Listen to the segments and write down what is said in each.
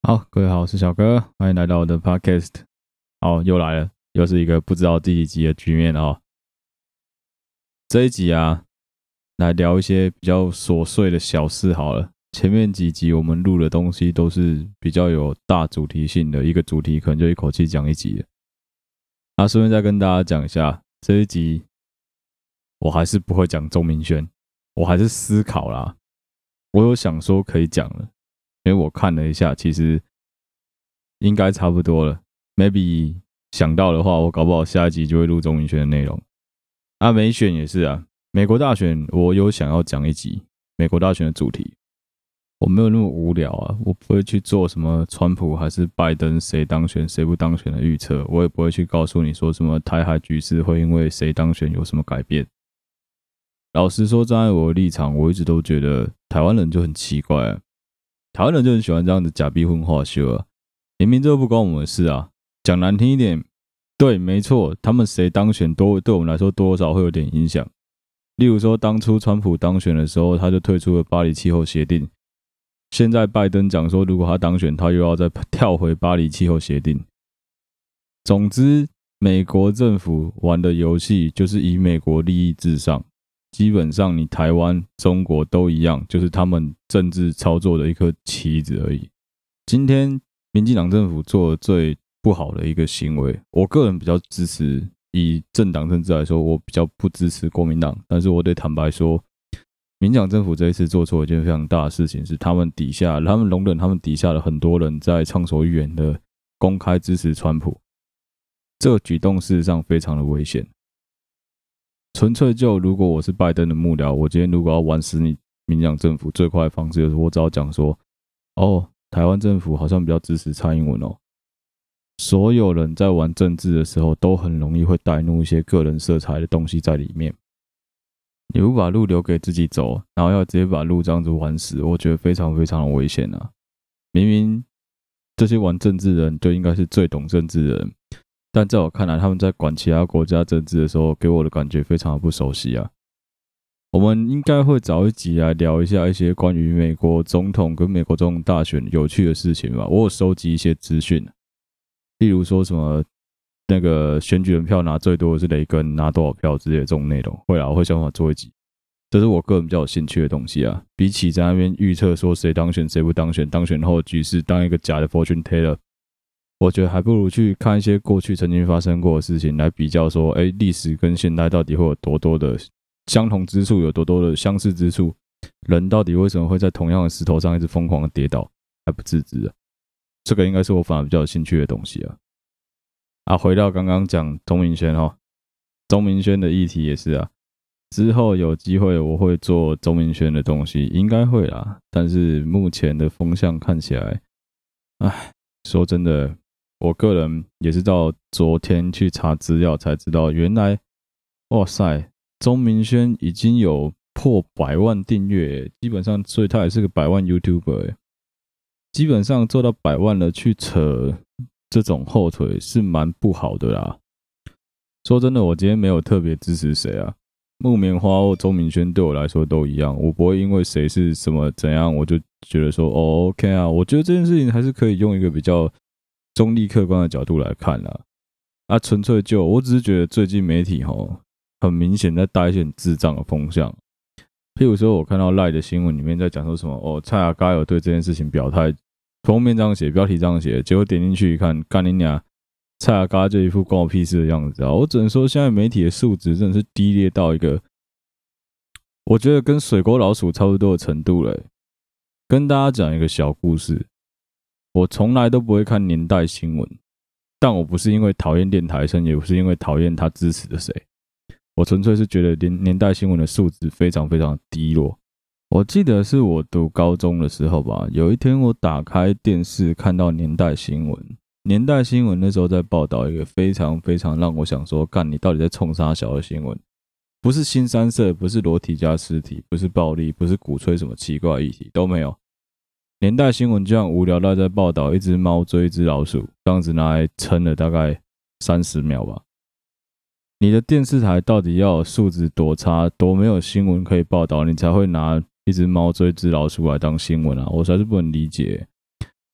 好，各位好，我是小哥，欢迎来到我的 podcast。好，又来了，又是一个不知道第几集的局面哦。这一集啊，来聊一些比较琐碎的小事好了。前面几集我们录的东西都是比较有大主题性的，一个主题可能就一口气讲一集的。顺便再跟大家讲一下，这一集我还是不会讲钟明轩，我还是思考啦。我有想说可以讲了，因为我看了一下，其实应该差不多了。maybe 想到的话，我搞不好下一集就会录钟明轩的内容。没选也是啊，美国大选我有想要讲一集美国大选的主题，我没有那么无聊啊，我不会去做什么川普还是拜登谁当选谁不当选的预测，我也不会去告诉你说什么台海局势会因为谁当选有什么改变。老实说，站在我的立场，我一直都觉得台湾人就很奇怪啊，台湾人就很喜欢这样子假逼混化修啊，明明这不关我们的事啊，讲难听一点，对，没错，他们谁当选对我们来说多少会有点影响。例如说，当初川普当选的时候，他就退出了巴黎气候协定。现在拜登讲说，如果他当选，他又要再跳回巴黎气候协定。总之，美国政府玩的游戏就是以美国利益至上，基本上你台湾、中国都一样，就是他们政治操作的一颗棋子而已。今天民进党政府做的最不好的一个行为，我个人比较支持，以政党政治来说，我比较不支持国民党，但是我得坦白说，民进党政府这一次做错一件非常大的事情，是他们容忍他们底下的很多人在畅所欲言的公开支持川普，这个举动事实上非常的危险。纯粹就如果我是拜登的幕僚，我今天如果要玩死你民进党政府，最快的方式就是我只要讲说，台湾政府好像比较支持蔡英文哦。所有人在玩政治的时候，都很容易会带入一些个人色彩的东西在里面。你不把路留给自己走，然后要直接把路这样子玩死，我觉得非常非常的危险啊！明明这些玩政治的人就应该是最懂政治的人，但在我看来，他们在管其他国家政治的时候，给我的感觉非常的不熟悉啊。我们应该会找一集来聊一下一些关于美国总统跟美国总统大选有趣的事情吧。我有收集一些资讯，例如说什么那个选举人票拿最多的是雷根，拿多少票之类的这种内容，我会想办法做一集。这是我个人比较有兴趣的东西啊。比起在那边预测说谁当选谁不当选，当选后的局势当一个假的 fortune teller， 我觉得还不如去看一些过去曾经发生过的事情，来比较说，历史跟现代到底会有多多的相同之处，有多多的相似之处，人到底为什么会在同样的石头上一直疯狂的跌倒还不自知啊？这个应该是我反而比较有兴趣的东西啊。回到刚刚讲钟明轩钟明轩的议题也是啊，之后有机会我会做钟明轩的东西，应该会啦。但是目前的风向看起来，说真的，我个人也是到昨天去查资料才知道，原来，哇塞，钟明轩已经有破100万订阅，基本上，所以他也是个100万 YouTuber，基本上做到100万了，去扯这种后腿是蛮不好的啦。说真的，我今天没有特别支持谁啊，木棉花或钟明轩对我来说都一样，我不会因为谁是什么怎样，我就觉得说OK 啊。我觉得这件事情还是可以用一个比较中立客观的角度来看啦。纯粹就我只是觉得最近媒体很明显在带一些很智障的风向，譬如说我看到赖的新闻里面在讲说什么蔡阿嘎有对这件事情表态。封面这样写，标题这样写，结果点进去一看，干你娘！蔡阿嘎就一副关我屁事的样子啊！我只能说，现在媒体的素质真的是低劣到一个，我觉得跟水沟老鼠差不多的程度了。跟大家讲一个小故事，我从来都不会看年代新闻，但我不是因为讨厌练台生，也不是因为讨厌他支持的谁，我纯粹是觉得年代新闻的素质非常非常低落。我记得是我读高中的时候吧，有一天我打开电视看到年代新闻，年代新闻那时候在报道一个非常非常让我想说，干你到底在冲啥小的新闻？不是新三色，不是裸体加尸体，不是暴力，不是鼓吹什么奇怪的议题，都没有。年代新闻就像无聊到在报道一只猫追一只老鼠，这样子拿来撑了大概30秒吧。你的电视台到底要有素质多差，多没有新闻可以报道，你才会拿一只猫追一只老鼠来当新闻啊？我实在是不能理解。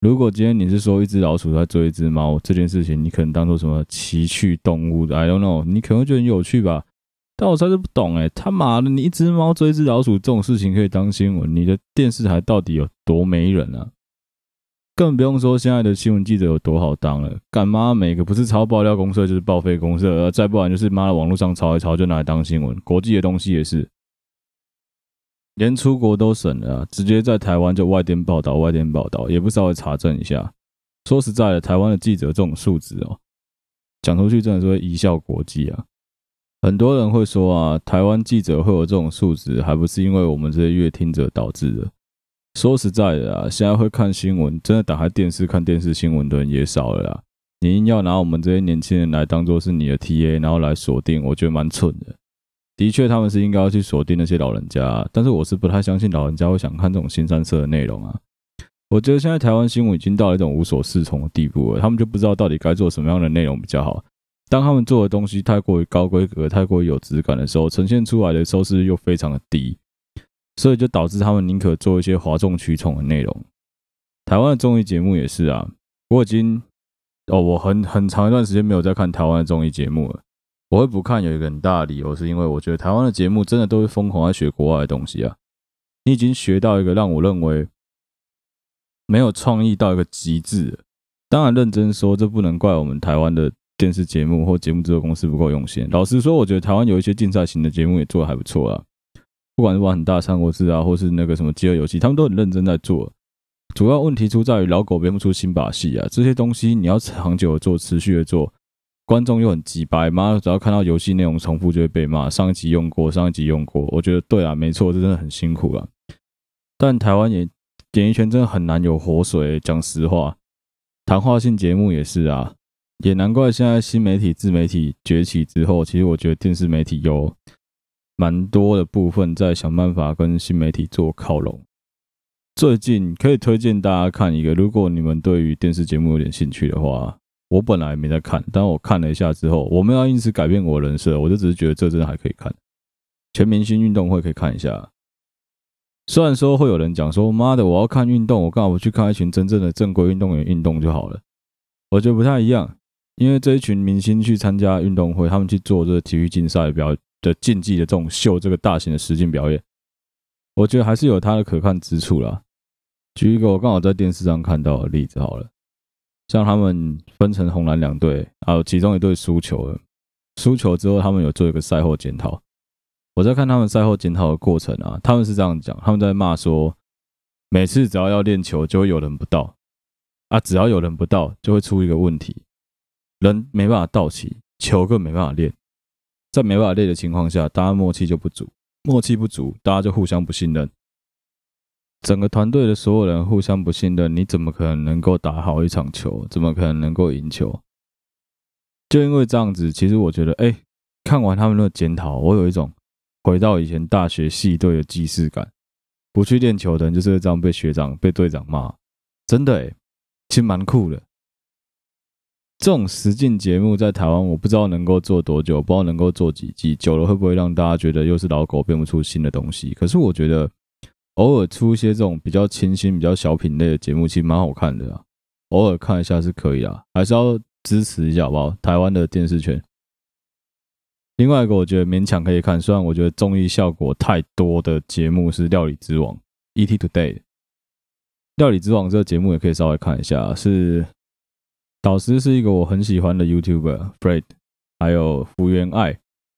如果今天你是说一只老鼠在追一只猫这件事情，你可能当做什么奇趣动物的 ，I don't know， 你可能会觉得很有趣吧。但我实在是不懂他妈的，你一只猫追一只老鼠这种事情可以当新闻，你的电视台到底有多没人啊？更不用说现在的新闻记者有多好当了，干妈每个不是抄爆料公社就是报废公社，再不然就是妈的网络上抄一抄就拿来当新闻，国际的东西也是。连出国都省了啊，直接在台湾就外电报道，也不稍微查证一下。说实在的，台湾的记者这种素质讲出去真的是会贻笑国际啊。很多人会说啊，台湾记者会有这种素质，还不是因为我们这些阅听者导致的。说实在的啊，现在会看新闻，真的打开电视看电视新闻的人也少了啦。你硬要拿我们这些年轻人来当做是你的 TA， 然后来锁定，我觉得蛮蠢的。的确，他们是应该要去锁定那些老人家，但是我是不太相信老人家会想看这种新三色的内容啊。我觉得现在台湾新闻已经到了一种无所适从的地步了，他们就不知道到底该做什么样的内容比较好。当他们做的东西太过于高规格、太过于有质感的时候，呈现出来的收视率又非常的低，所以就导致他们宁可做一些哗众取宠的内容。台湾的综艺节目也是啊，我很长一段时间没有在看台湾的综艺节目了。我会不看有一个很大的理由，是因为我觉得台湾的节目真的都是疯狂在学国外的东西啊。你已经学到一个让我认为没有创意到一个极致了。当然认真说，这不能怪我们台湾的电视节目或节目制作公司不够用心。老实说，我觉得台湾有一些竞赛型的节目也做得还不错啊，不管是玩很大三国志啊，或是那个什么饥饿游戏，他们都很认真在做。主要问题出在于老狗编不出新把戏啊，这些东西你要长久的做，持续的做。观众又很鸡掰，妈只要看到游戏内容重复就会被骂，上一集用过，我觉得对啊，没错，这真的很辛苦啊。但台湾演艺圈真的很难有活水，讲实话，谈话性节目也是啊，也难怪现在新媒体、自媒体崛起之后，其实我觉得电视媒体有蛮多的部分在想办法跟新媒体做靠拢。最近可以推荐大家看一个，如果你们对于电视节目有点兴趣的话。我本来没在看，但我看了一下之后，我没有因此改变我的人设，我就只是觉得这真的还可以看。全明星运动会可以看一下，虽然说会有人讲说，妈的，我要看运动，我干嘛不去看一群真正的正规运动员运动就好了？我觉得不太一样，因为这一群明星去参加运动会，他们去做这个体育竞赛的竞技的这种秀，这个大型的实境表演，我觉得还是有它的可看之处啦。举一个我刚好在电视上看到的例子好了。像他们分成红蓝两队，其中一队输球了。输球之后，他们有做一个赛后检讨。我在看他们赛后检讨的过程啊，他们是这样讲，他们在骂说，每次只要练球就会有人不到啊，只要有人不到就会出一个问题，人没办法到齐，球更没办法练。在没办法练的情况下，大家默契就不足，默契不足，大家就互相不信任。整个团队的所有人互相不信任，你怎么可能能够打好一场球？怎么可能能够赢球？就因为这样子，其实我觉得，看完他们的检讨，我有一种回到以前大学系队的既视感。不去练球的人就是这样被学长、被队长骂，真的其实蛮酷的。这种实境节目在台湾，我不知道能够做多久，不知道能够做几季，久了会不会让大家觉得又是老狗变不出新的东西？可是我觉得。偶尔出一些这种比较清新、比较小品类的节目，其实蛮好看的啊。偶尔看一下是可以啦，还是要支持一下好不好？台湾的电视圈。另外一个我觉得勉强可以看，虽然我觉得综艺效果太多的节目是《料理之王》（ET Today）。《料理之王》这个节目也可以稍微看一下，是导师是一个我很喜欢的 YouTuber Fred， 还有福原爱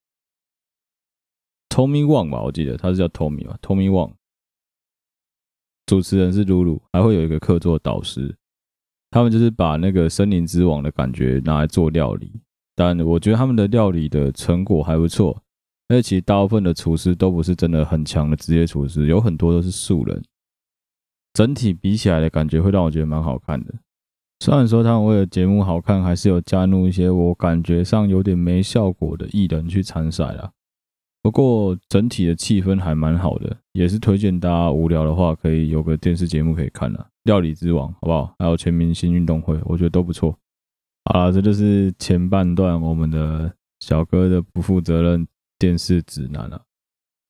，Tommy Wang 吧，我记得他是叫 Tommy 吧 ，Tommy Wang。主持人是露露，还会有一个客座导师，他们就是把那个森林之王的感觉拿来做料理，但我觉得他们的料理的成果还不错，而且其实大部分的厨师都不是真的很强的职业厨师，有很多都是素人，整体比起来的感觉会让我觉得蛮好看的。虽然说他们为了节目好看，还是有加入一些我感觉上有点没效果的艺人去参赛啦。不过整体的气氛还蛮好的，也是推荐大家无聊的话可以有个电视节目可以看啦，料理之王好不好？还有全明星运动会，我觉得都不错。好啦，这就是前半段我们的小哥的不负责任电视指南啦。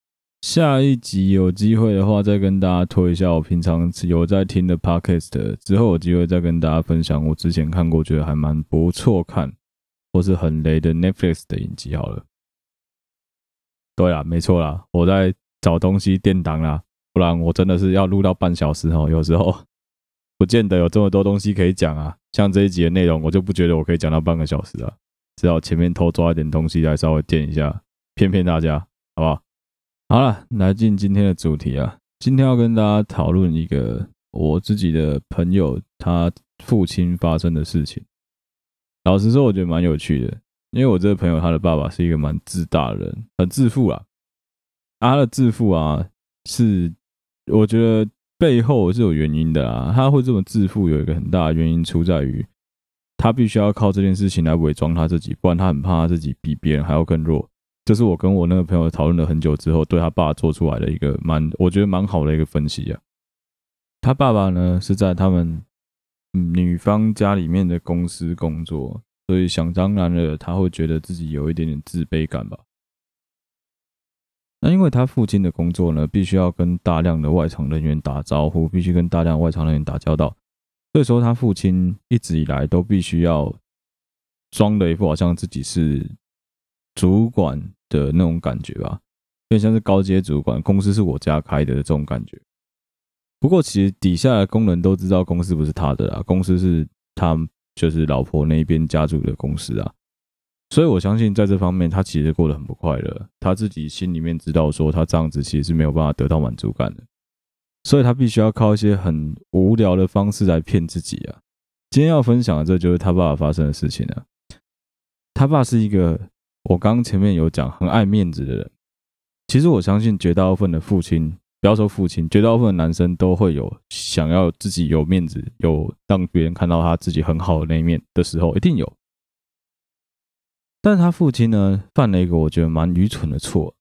下一集有机会的话，再跟大家推一下我平常有在听的 podcast， 之后有机会再跟大家分享我之前看过觉得还蛮不错看或是很雷的 Netflix 的影集好了。对啦，没错啦，我在找东西垫档啦，不然我真的是要录到半小时哦，有时候不见得有这么多东西可以讲啊。像这一集的内容，我就不觉得我可以讲到半个小时啊，只好前面偷抓一点东西来稍微垫一下，骗大家，好不好？好了，来进今天的主题啊。今天要跟大家讨论一个我自己的朋友他父亲发生的事情。老实说，我觉得蛮有趣的，因为我这个朋友他的爸爸是一个蛮自大的人，很自负啦。他的自负啊，是我觉得背后是有原因的啦。他会这么自负，有一个很大的原因出在于他必须要靠这件事情来伪装他自己，不然他很怕他自己比别人还要更弱。这是我跟我那个朋友讨论了很久之后，对他爸做出来的一个我觉得蛮好的一个分析啊。他爸爸呢是在他们女方家里面的公司工作，所以想当然了，他会觉得自己有一点点自卑感吧。那因为他父亲的工作呢，必须要跟大量的外场人员打招呼，必须跟大量的外场人员打交道，所以说他父亲一直以来都必须要装的一副好像自己是主管的那种感觉吧，有点像是高阶主管，公司是我家开的这种感觉。不过其实底下的工人都知道公司不是他的啦，公司是他就是老婆那边家族的公司啊，所以我相信在这方面他其实过得很不快乐，他自己心里面知道说他这样子其实是没有办法得到满足感的，所以他必须要靠一些很无聊的方式来骗自己啊。今天要分享的这就是他爸爸发生的事情啊。他爸是一个我刚刚前面有讲很爱面子的人，其实我相信绝大部分的父亲，不要说父亲，绝大部分的男生都会有想要自己有面子，有让别人看到他自己很好的那一面的时候，一定有。但是他父亲呢，犯了一个我觉得蛮愚蠢的错。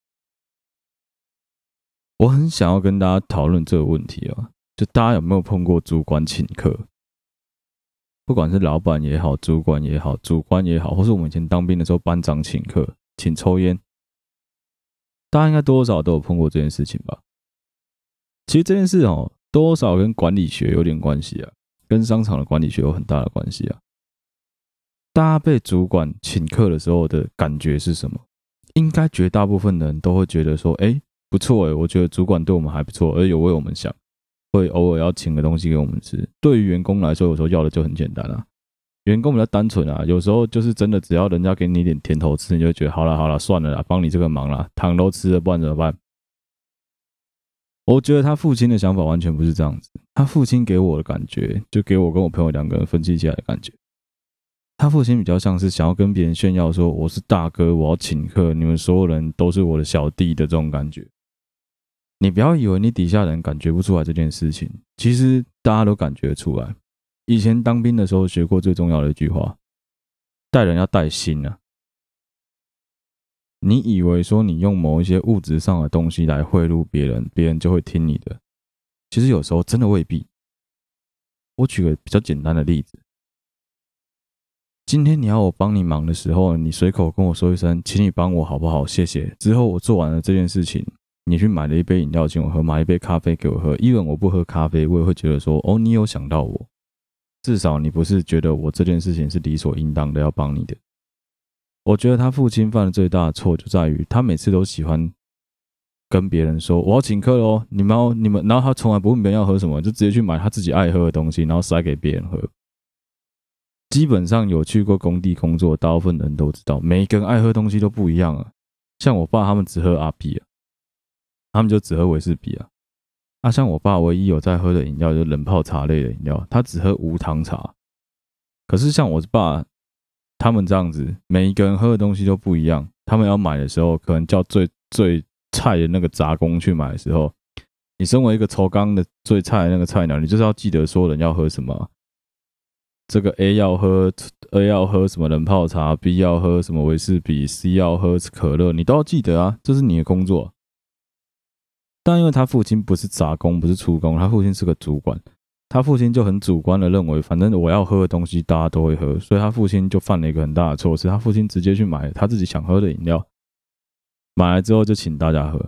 我很想要跟大家讨论这个问题啊，就大家有没有碰过主管请客？不管是老板也好，主管也好，主官也好，或是我们以前当兵的时候，班长请客，请抽烟，大家应该多少都有碰过这件事情吧？其实这件事多少跟管理学有点关系啊，跟商场的管理学有很大的关系啊。大家被主管请客的时候的感觉是什么？应该绝大部分的人都会觉得说，不错我觉得主管对我们还不错，而有为我们想。会偶尔要请个东西给我们吃。对于员工来说，有时候要的就很简单啊，员工比较单纯啊，有时候就是真的只要人家给你一点甜头吃，你就会觉得好啦算了啦，帮你这个忙啦，糖都吃了，不然怎么办？我觉得他父亲的想法完全不是这样子，他父亲给我的感觉，就给我跟我朋友两个人分析起来的感觉，他父亲比较像是想要跟别人炫耀说我是大哥，我要请客，你们所有人都是我的小弟的这种感觉。你不要以为你底下人感觉不出来这件事情，其实大家都感觉出来。以前当兵的时候学过最重要的一句话，带人要带心啊。你以为说你用某一些物质上的东西来贿赂别人，别人就会听你的，其实有时候真的未必。我举个比较简单的例子，今天你要我帮你忙的时候，你随口跟我说一声请你帮我好不好，谢谢，之后我做完了这件事情，你去买了一杯饮料请我喝，买一杯咖啡给我喝，even我不喝咖啡，我也会觉得说，你有想到我，至少你不是觉得我这件事情是理所应当的要帮你的。我觉得他父亲犯的最大的错就在于，他每次都喜欢跟别人说我要请客咯，你们，然后他从来不问别人要喝什么，就直接去买他自己爱喝的东西，然后塞给别人喝。基本上有去过工地工作，大部分人都知道，每一个人爱喝东西都不一样啊。像我爸他们只喝阿 P 啊，他们就只喝威士比啊。像我爸唯一有在喝的饮料就是冷泡茶类的饮料，他只喝无糖茶。可是像我爸他们这样子，每一个人喝的东西都不一样。他们要买的时候，可能叫最菜的那个杂工去买的时候，你身为一个抽缸的最菜的那个菜鸟，你就是要记得说人要喝什么。这个 A 要喝什么冷泡茶 ，B 要喝什么威士比 ，C 要喝可乐，你都要记得啊，这是你的工作。但因为他父亲不是杂工，不是厨工，他父亲是个主管，他父亲就很主观的认为，反正我要喝的东西大家都会喝，所以他父亲就犯了一个很大的错，是他父亲直接去买他自己想喝的饮料，买来之后就请大家喝。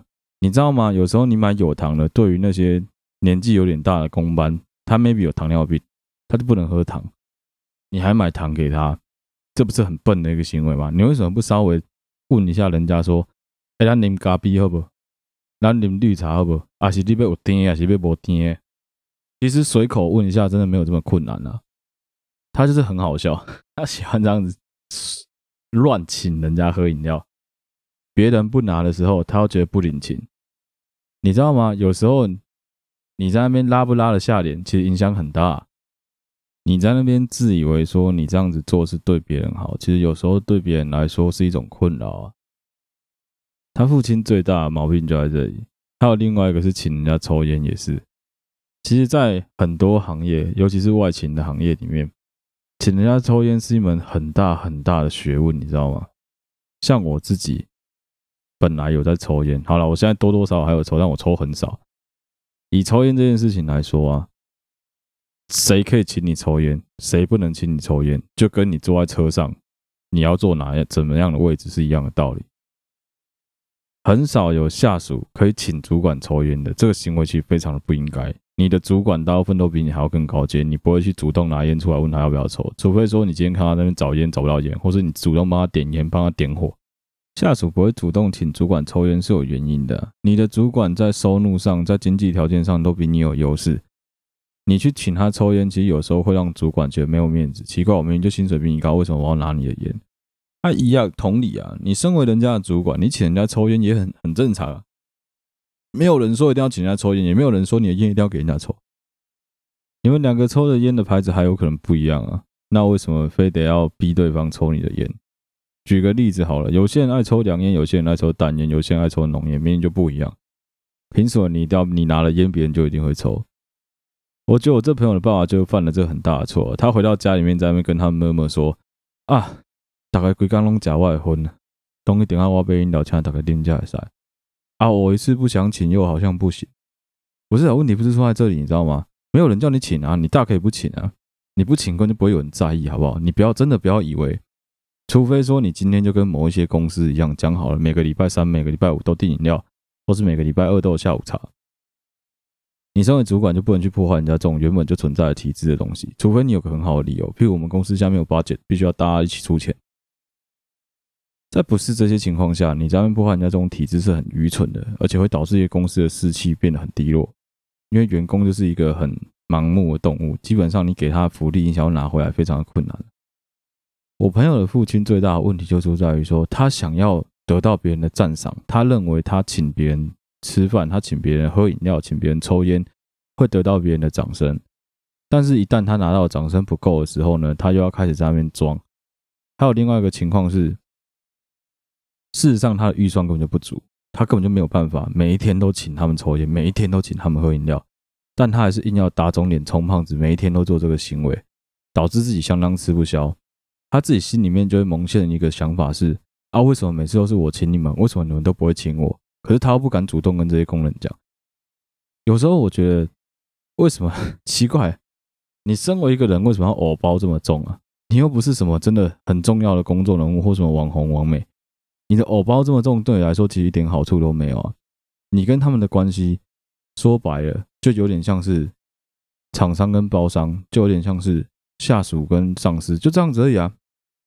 你知道吗？有时候你买有糖的，对于那些年纪有点大的公班，他 maybe 有糖尿病，他就不能喝糖，你还买糖给他，这不是很笨的一个行为吗？你为什么不稍微问一下人家说，咱啉咖啡好不？咱啉绿茶好不？还是你要有甜的，还是要无甜的？其实随口问一下，真的没有这么困难啊。他就是很好笑，他喜欢这样子乱请人家喝饮料，别人不拿的时候，他又觉得不领情。你知道吗？有时候你在那边拉不拉得下脸，其实影响很大。你在那边自以为说你这样子做是对别人好，其实有时候对别人来说是一种困扰啊。他父亲最大的毛病就在这里，还有另外一个是请人家抽烟也是。其实，在很多行业，尤其是外勤的行业里面，请人家抽烟是一门很大很大的学问，你知道吗？像我自己本来有在抽烟，好了，我现在多多少少还有抽，但我抽很少。以抽烟这件事情来说啊，谁可以请你抽烟，谁不能请你抽烟，就跟你坐在车上，你要坐怎么样的位置是一样的道理。很少有下属可以请主管抽烟的，这个行为其实非常的不应该。你的主管大部分都比你还要更高阶，你不会去主动拿烟出来问他要不要抽，除非说你今天看他那边找烟找不到烟，或是你主动帮他点烟，帮他点火。下属不会主动请主管抽烟是有原因的，你的主管在收入上、在经济条件上都比你有优势，你去请他抽烟，其实有时候会让主管觉得没有面子。奇怪，我明明就薪水比你高，为什么我要拿你的烟？一样同理啊，你身为人家的主管，你请人家抽烟也很正常啊。没有人说一定要请人家抽烟，也没有人说你的烟一定要给人家抽。你们两个抽的烟的牌子还有可能不一样啊，那为什么非得要逼对方抽你的烟？举个例子好了，有些人爱抽凉烟，有些人爱抽淡烟，有些人爱抽浓烟，明明就不一样。凭什么你拿了烟，别人就一定会抽？我觉得我这朋友的爸爸就犯了这个很大的错。他回到家里面，在那边跟他妈妈说啊，大概规工拢吃我的烟，等一等下我买饮料，请大家啉才会使。啊，我一次不想请，又好像不行。不是，问题不是出在这里，你知道吗？没有人叫你请啊，你大可以不请啊。你不请，根本就不会有人在意，好不好？你真的不要以为，除非说你今天就跟某一些公司一样，讲好了，每个礼拜三、每个礼拜五都订饮料，或是每个礼拜二都有下午茶。你身为主管就不能去破坏人家这种原本就存在的体制的东西，除非你有个很好的理由，譬如我们公司下面有 budget， 必须要大家一起出钱。在不是这些情况下，你在那边破坏人家这种体制是很愚蠢的，而且会导致一个公司的士气变得很低落。因为员工就是一个很盲目的动物，基本上你给他的福利，你想要拿回来非常的困难。我朋友的父亲最大的问题就出在于说，他想要得到别人的赞赏，他认为他请别人吃饭，他请别人喝饮料，请别人抽烟，会得到别人的掌声。但是，一旦他拿到的掌声不够的时候呢，他又要开始在那边装。还有另外一个情况是，事实上他的预算根本就不足，他根本就没有办法每一天都请他们抽烟，每一天都请他们喝饮料，但他还是硬要打肿脸充胖子，每一天都做这个行为，导致自己相当吃不消。他自己心里面就会萌现一个想法是：啊，为什么每次都是我请你们，为什么你们都不会请我？可是他又不敢主动跟这些工人讲。有时候我觉得，为什么奇怪？你身为一个人，为什么要偶包这么重啊？你又不是什么真的很重要的公众人物或什么网红网美，你的偶包这么重，对你来说其实一点好处都没有啊。你跟他们的关系，说白了，就有点像是厂商跟包商，就有点像是下属跟上司，就这样子而已啊。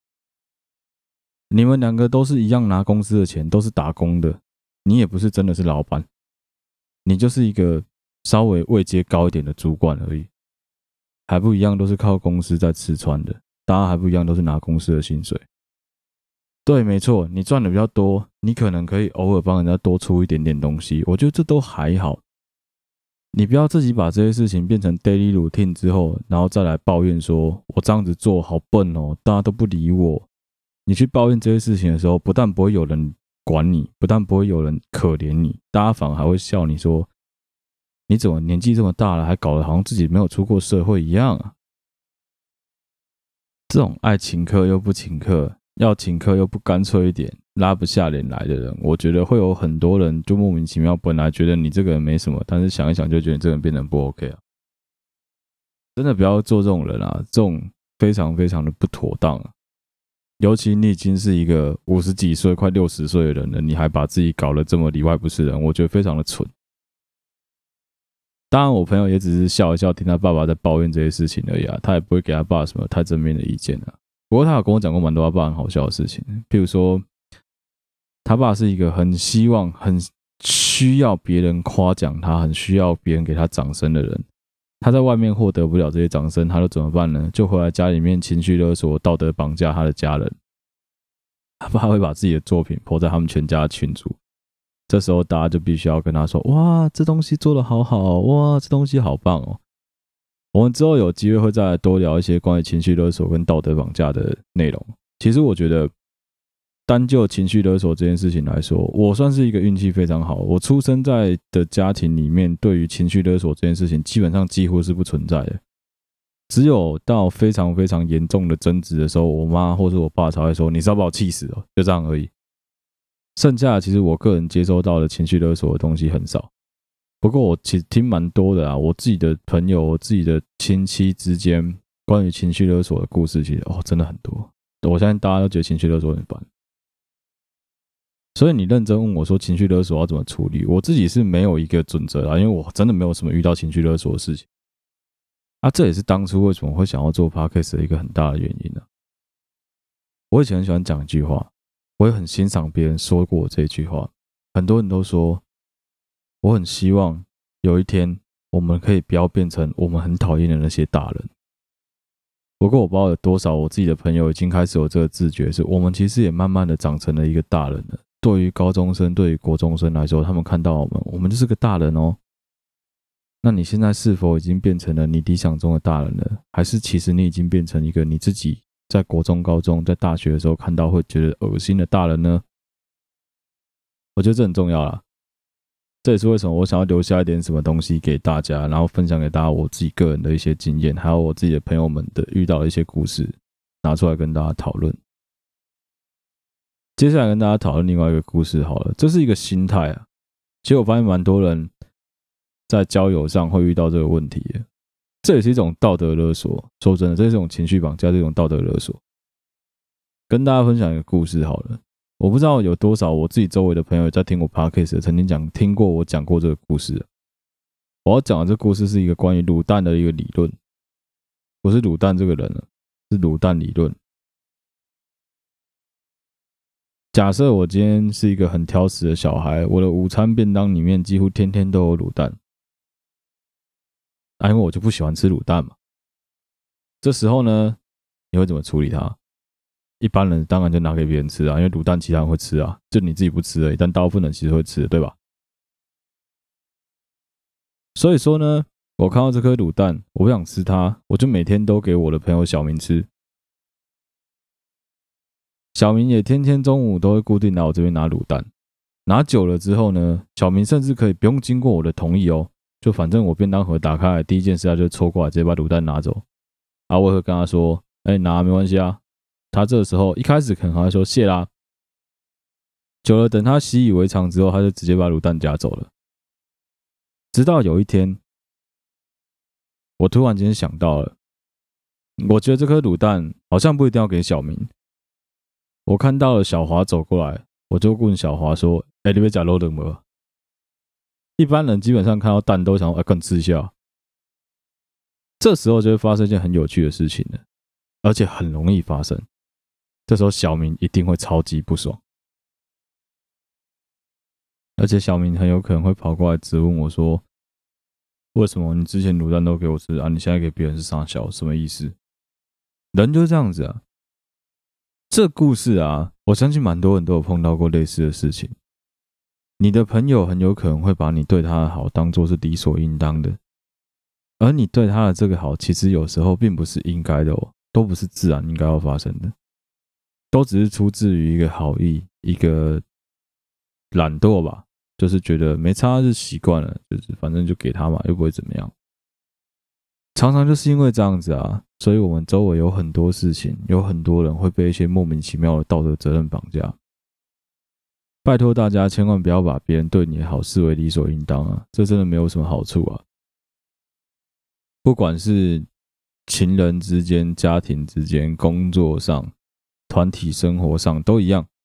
你们两个都是一样拿公司的钱，都是打工的，你也不是真的是老板，你就是一个稍微位阶高一点的主管而已，还不一样都是靠公司在吃穿的，大家还不一样都是拿公司的薪水。对，没错，你赚的比较多，你可能可以偶尔帮人家多出一点点东西，我觉得这都还好。你不要自己把这些事情变成 daily routine 之后，然后再来抱怨说我这样子做好笨哦，大家都不理我。你去抱怨这些事情的时候，不但不会有人管你，不但不会有人可怜你，大家反而还会笑你说，你怎么年纪这么大了，还搞得好像自己没有出过社会一样啊。这种爱请客又不请客，要请客又不干脆一点，拉不下脸来的人，我觉得会有很多人就莫名其妙，本来觉得你这个人没什么，但是想一想就觉得你这个人变得不 OK 啊。真的不要做这种人啊，这种非常非常的不妥当啊。 尤其你已经是一个50几岁、快60岁的人了，你还把自己搞得这么里外不是人，我觉得非常的蠢。当然，我朋友也只是笑一笑，听他爸爸在抱怨这些事情而已啊，他也不会给他爸什么太正面的意见啊。不过他有跟我讲过蛮多他爸很好笑的事情，譬如说，他爸是一个很希望、很需要别人夸奖他、很需要别人给他掌声的人。他在外面获得不了这些掌声，他都怎么办呢？就回来家里面情绪勒索、道德绑架他的家人。他爸会把自己的作品 po 在他们全家的群组，这时候大家就必须要跟他说：“哇，这东西做得好好哦，哇，这东西好棒哦。”我们之后有机会会再来多聊一些关于情绪勒索跟道德绑架的内容。其实我觉得，单就情绪勒索这件事情来说，我算是一个运气非常好。我出生在的家庭里面，对于情绪勒索这件事情，基本上几乎是不存在的。只有到非常非常严重的争执的时候，我妈或是我爸才会说：“你是要把我气死哦。”就这样而已。剩下的其实我个人接收到的情绪勒索的东西很少。不过我其实听蛮多的啊，我自己的朋友、我自己的亲戚之间关于情绪勒索的故事，其实真的很多。我相信大家都觉得情绪勒索很烦。所以你认真问我说情绪勒索要怎么处理，我自己是没有一个准则啦，因为我真的没有什么遇到情绪勒索的事情。这也是当初为什么会想要做 podcast 的一个很大的原因啊。我以前很喜欢讲一句话，我也很欣赏别人说过我这一句话。很多人都说，我很希望有一天我们可以不要变成我们很讨厌的那些大人。不过我不知道有多少我自己的朋友已经开始有这个自觉，是我们其实也慢慢的长成了一个大人了。对于高中生、对于国中生来说，他们看到我们就是个大人哦。那你现在是否已经变成了你理想中的大人了？还是其实你已经变成一个你自己在国中、高中、在大学的时候看到会觉得恶心的大人呢？我觉得这很重要啦。这也是为什么我想要留下一点什么东西给大家，然后分享给大家我自己个人的一些经验，还有我自己的朋友们的遇到的一些故事，拿出来跟大家讨论。接下来跟大家讨论另外一个故事好了，这是一个心态啊。其实我发现蛮多人在交友上会遇到这个问题的，这也是一种道德勒索。说真的，这是一种情绪绑架，这种道德勒索。跟大家分享一个故事好了，我不知道有多少我自己周围的朋友在听我 podcast 曾经听过我讲过这个故事。我要讲的这个故事是一个关于卤蛋的一个理论，不是卤蛋这个人，是卤蛋理论。假设我今天是一个很挑食的小孩，我的午餐便当里面几乎天天都有卤蛋，因为我就不喜欢吃卤蛋嘛。这时候呢，你会怎么处理它？一般人当然就拿给别人吃啊，因为卤蛋其他人会吃啊，就你自己不吃而已，但大部分人其实会吃的，对吧？所以说呢，我看到这颗卤蛋，我不想吃它，我就每天都给我的朋友小明吃。小明也天天中午都会固定来我这边拿卤蛋，拿久了之后呢，小明甚至可以不用经过我的同意哦，就反正我便当盒打开来，第一件事他就凑过来直接把卤蛋拿走。我会跟他说：“拿没关系啊。”他这个时候一开始可能还会说谢啦，久了等他习以为常之后，他就直接把卤蛋夹走了。直到有一天，我突然间想到了，我觉得这颗卤蛋好像不一定要给小明。我看到了小华走过来，我就问小华说：“你要吃肉冷吗？”一般人基本上看到蛋都想说：“跟吃一下。”这时候就会发生一件很有趣的事情了，而且很容易发生。这时候小明一定会超级不爽，而且小明很有可能会跑过来质问我说：“为什么你之前卤蛋都给我吃啊？你现在给别人是傻小，什么意思？”人就是这样子啊。这故事啊，我相信蛮多人都有碰到过类似的事情。你的朋友很有可能会把你对他的好当作是理所应当的，而你对他的这个好，其实有时候并不是应该的哦，都不是自然应该要发生的，都只是出自于一个好意，一个懒惰吧，就是觉得没差是习惯了，就是反正就给他嘛，又不会怎么样。常常就是因为这样子啊，所以我们周围有很多事情，有很多人会被一些莫名其妙的道德责任绑架。拜托大家千万不要把别人对你的好视为理所应当啊，这真的没有什么好处啊。不管是情人之间、家庭之间、工作上、 团体生活上都一样。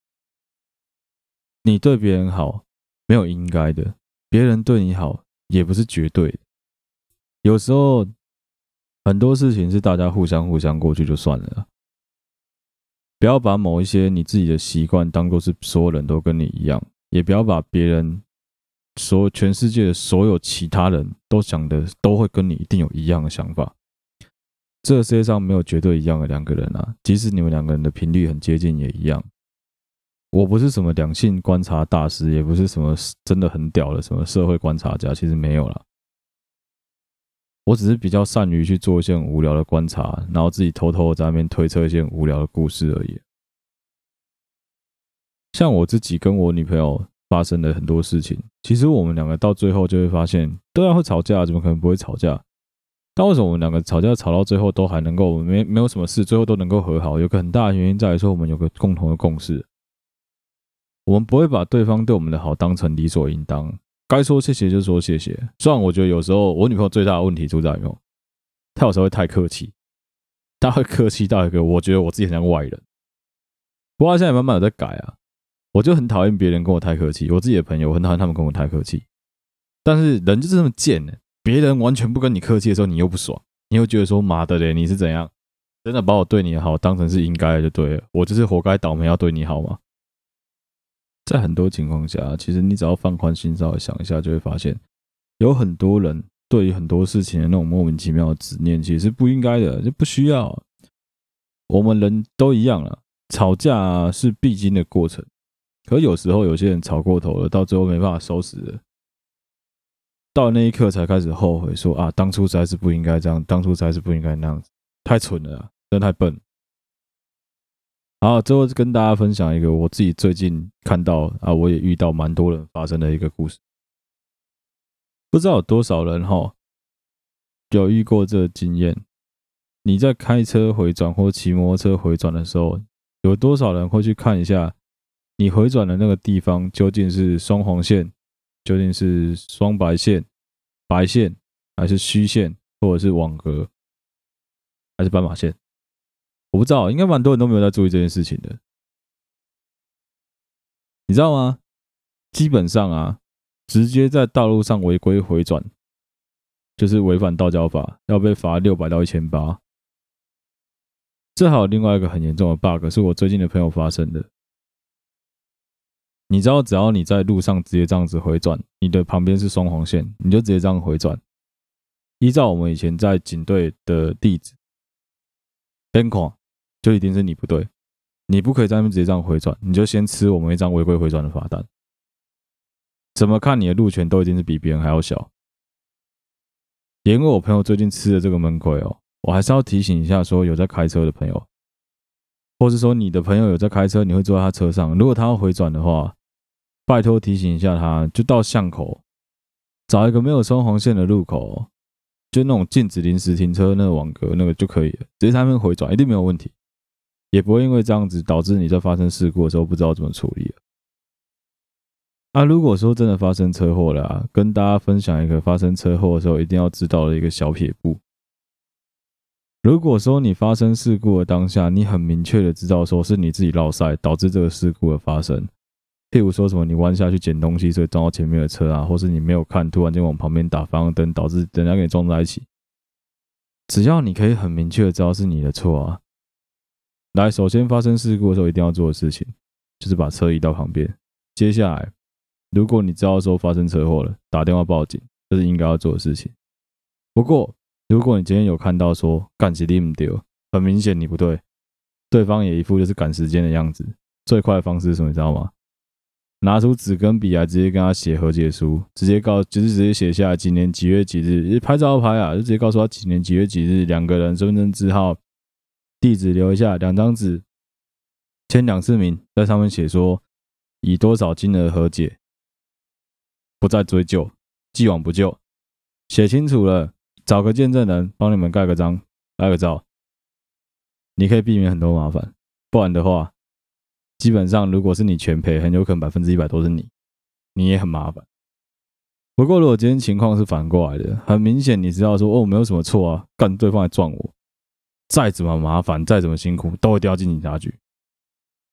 你对别人好，没有应该的，别人对你好也不是绝对的。有时候很多事情是大家互相过去就算了啦，不要把某一些你自己的习惯当作是所有人都跟你一样，也不要把别人全世界的所有其他人都想的都会跟你一定有一样的想法。这个世界上没有绝对一样的两个人啊，即使你们两个人的频率很接近也一样。我不是什么两性观察大师，也不是什么真的很屌的什么社会观察家，其实没有啦。我只是比较善于去做一些很无聊的观察，然后自己偷偷在那边推测一些很无聊的故事而已。像我自己跟我女朋友发生的很多事情，其实我们两个到最后就会发现，对啊，会吵架，怎么可能不会吵架？但为什么我们两个吵架吵到最后都还能够没有什么事，最后都能够和好？有个很大的原因在于说，我们有个共同的共识。我们不会把对方对我们的好当成理所应当，该说谢谢就说谢谢。虽然我觉得有时候我女朋友最大的问题出在于，她有时候会太客气，她会客气到一个我觉得我自己很像外人。不过她现在慢慢有在改啊，我就很讨厌别人跟我太客气，我自己的朋友我很讨厌他们跟我太客气。但是人就是这么贱呢，别人完全不跟你客气的时候，你又不爽，你又觉得说妈的嘞，你是怎样？真的把我对你的好当成是应该的就对了，我就是活该倒霉要对你好吗？在很多情况下，其实你只要放宽心稍微想一下，就会发现有很多人对于很多事情的那种莫名其妙的执念，其实是不应该的，就不需要。我们人都一样啦，吵架是必经的过程，可有时候有些人吵过头了，到最后没办法收拾了，到那一刻才开始后悔说啊，当初实在是不应该这样，当初实在是不应该那样子，太蠢了啊，真的太笨了。好，最后跟大家分享一个我自己最近看到啊，我也遇到蛮多人发生的一个故事。不知道有多少人有遇过这个经验？你在开车回转或骑摩托车回转的时候，有多少人会去看一下你回转的那个地方究竟是双黄线，究竟是双白线、白线，还是虚线，或者是网格，还是斑马线？我不知道，应该蛮多人都没有在注意这件事情的。你知道吗？基本上啊，直接在道路上违规回转，就是违反道交法，要被罚600到1800。这还有另外一个很严重的 bug， 是我最近的朋友发生的。你知道，只要你在路上直接这样子回转，你的旁边是双黄线，你就直接这样回转。依照我们以前在警队的例子，边框就一定是你不对，你不可以在那边直接这样回转，你就先吃我们一张违规回转的罚单。怎么看你的路权都一定是比别人还要小。也因为我朋友最近吃了这个闷亏哦，我还是要提醒一下，说有在开车的朋友，或是说你的朋友有在开车，你会坐在他车上，如果他要回转的话，拜托提醒一下他，就到巷口找一个没有双黄线的路口，就那种禁止临时停车那个网格那个就可以了，直接在那边回转一定没有问题，也不会因为这样子导致你在发生事故的时候不知道怎么处理了。如果说真的发生车祸了啊，跟大家分享一个发生车祸的时候一定要知道的一个小撇步。如果说你发生事故的当下，你很明确的知道说是你自己绕赛导致这个事故的发生，譬如说什么你弯下去捡东西所以撞到前面的车啊，或是你没有看突然间往旁边打方向灯导致人家跟你撞在一起，只要你可以很明确的知道是你的错啊，来，首先发生事故的时候一定要做的事情就是把车移到旁边，接下来如果你知道说发生车祸了，打电话报警，这是应该要做的事情。不过，如果你今天有看到说干是你不对，很明显你不对，对方也一副就是赶时间的样子，最快的方式是什么？你知道吗？拿出纸跟笔来，直接跟他写和解书，就是直接写下来几年几月几日，拍照拍啊，就直接告诉他几年几月几日，两个人身份证字号、地址留一下，2张纸，签2次名，在上面写说以多少金额和解。不再追究，既往不咎，写清楚了，找个见证人帮你们盖个章，拍个照，你可以避免很多麻烦。不然的话，基本上如果是你全赔，很有可能100%都是你也很麻烦。不过如果今天情况是反过来的，很明显你知道说我没有什么错啊，干对方来撞我，再怎么麻烦，再怎么辛苦，都一定要进警察局。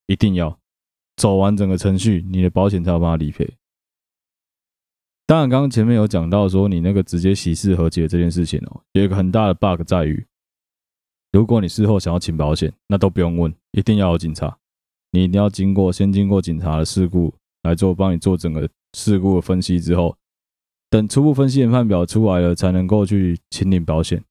一定要走完整个程序，你的保险才有办法理赔。当然，刚刚前面有讲到说你那个直接息事和解这件事情有一个很大的 bug 在于，如果你事后想要请保险，那都不用问，一定要有警察，你一定要先经过警察的事故来帮你做整个事故的分析之后，等初步分析研判表出来了，才能够去请领保险。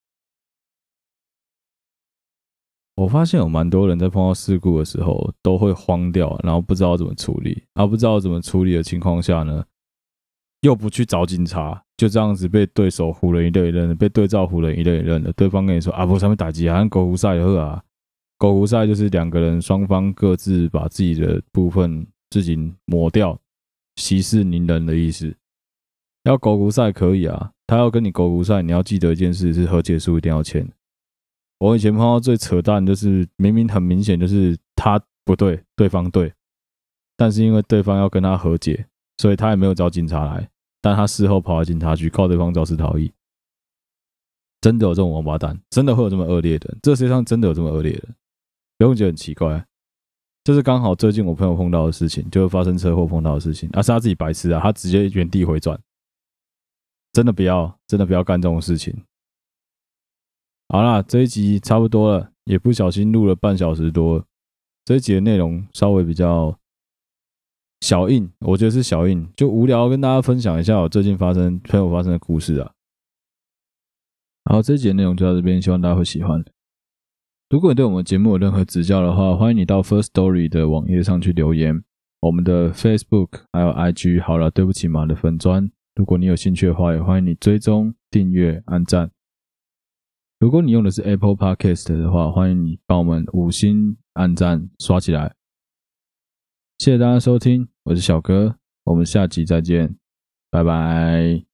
我发现有蛮多人在碰到事故的时候都会慌掉，然后不知道怎么处理，不知道怎么处理的情况下呢，又不去找警察，就这样子被对手唬人一愣一愣的，被对照唬人一愣一愣的。对方跟你说不上面打击好像狗胡赛的啊，狗胡赛就是两个人双方各自把自己的部分自己抹掉，息事宁人的意思。要狗胡赛可以啊，他要跟你狗胡赛，你要记得一件事是和解书一定要签。我以前碰到最扯淡就是明明很明显就是他不对，对方对，但是因为对方要跟他和解，所以他也没有找警察来，但他事后跑来警察局告对方肇事逃逸。真的有这种王八蛋，真的会有这么恶劣的，这世界上真的有这么恶劣的，不用觉得很奇怪。这是刚好最近我朋友碰到的事情，就是发生车祸碰到的事情，是他自己白痴啊，他直接原地回转。真的不要干这种事情。好啦，这一集差不多了，也不小心录了半小时多了。这一集的内容稍微比较小硬，我觉得是小硬，就无聊跟大家分享一下我最近朋友发生的故事啊。好，这一集的内容就到这边，希望大家会喜欢。如果你对我们节目有任何指教的话，欢迎你到 First Story 的网页上去留言。我们的 Facebook 还有 IG 好了，对不起嘛的粉专，如果你有兴趣的话，也欢迎你追踪、订阅、按赞。如果你用的是 Apple Podcast 的话，欢迎你帮我们5星按赞刷起来。谢谢大家收听，我是小哥，我们下集再见，拜拜。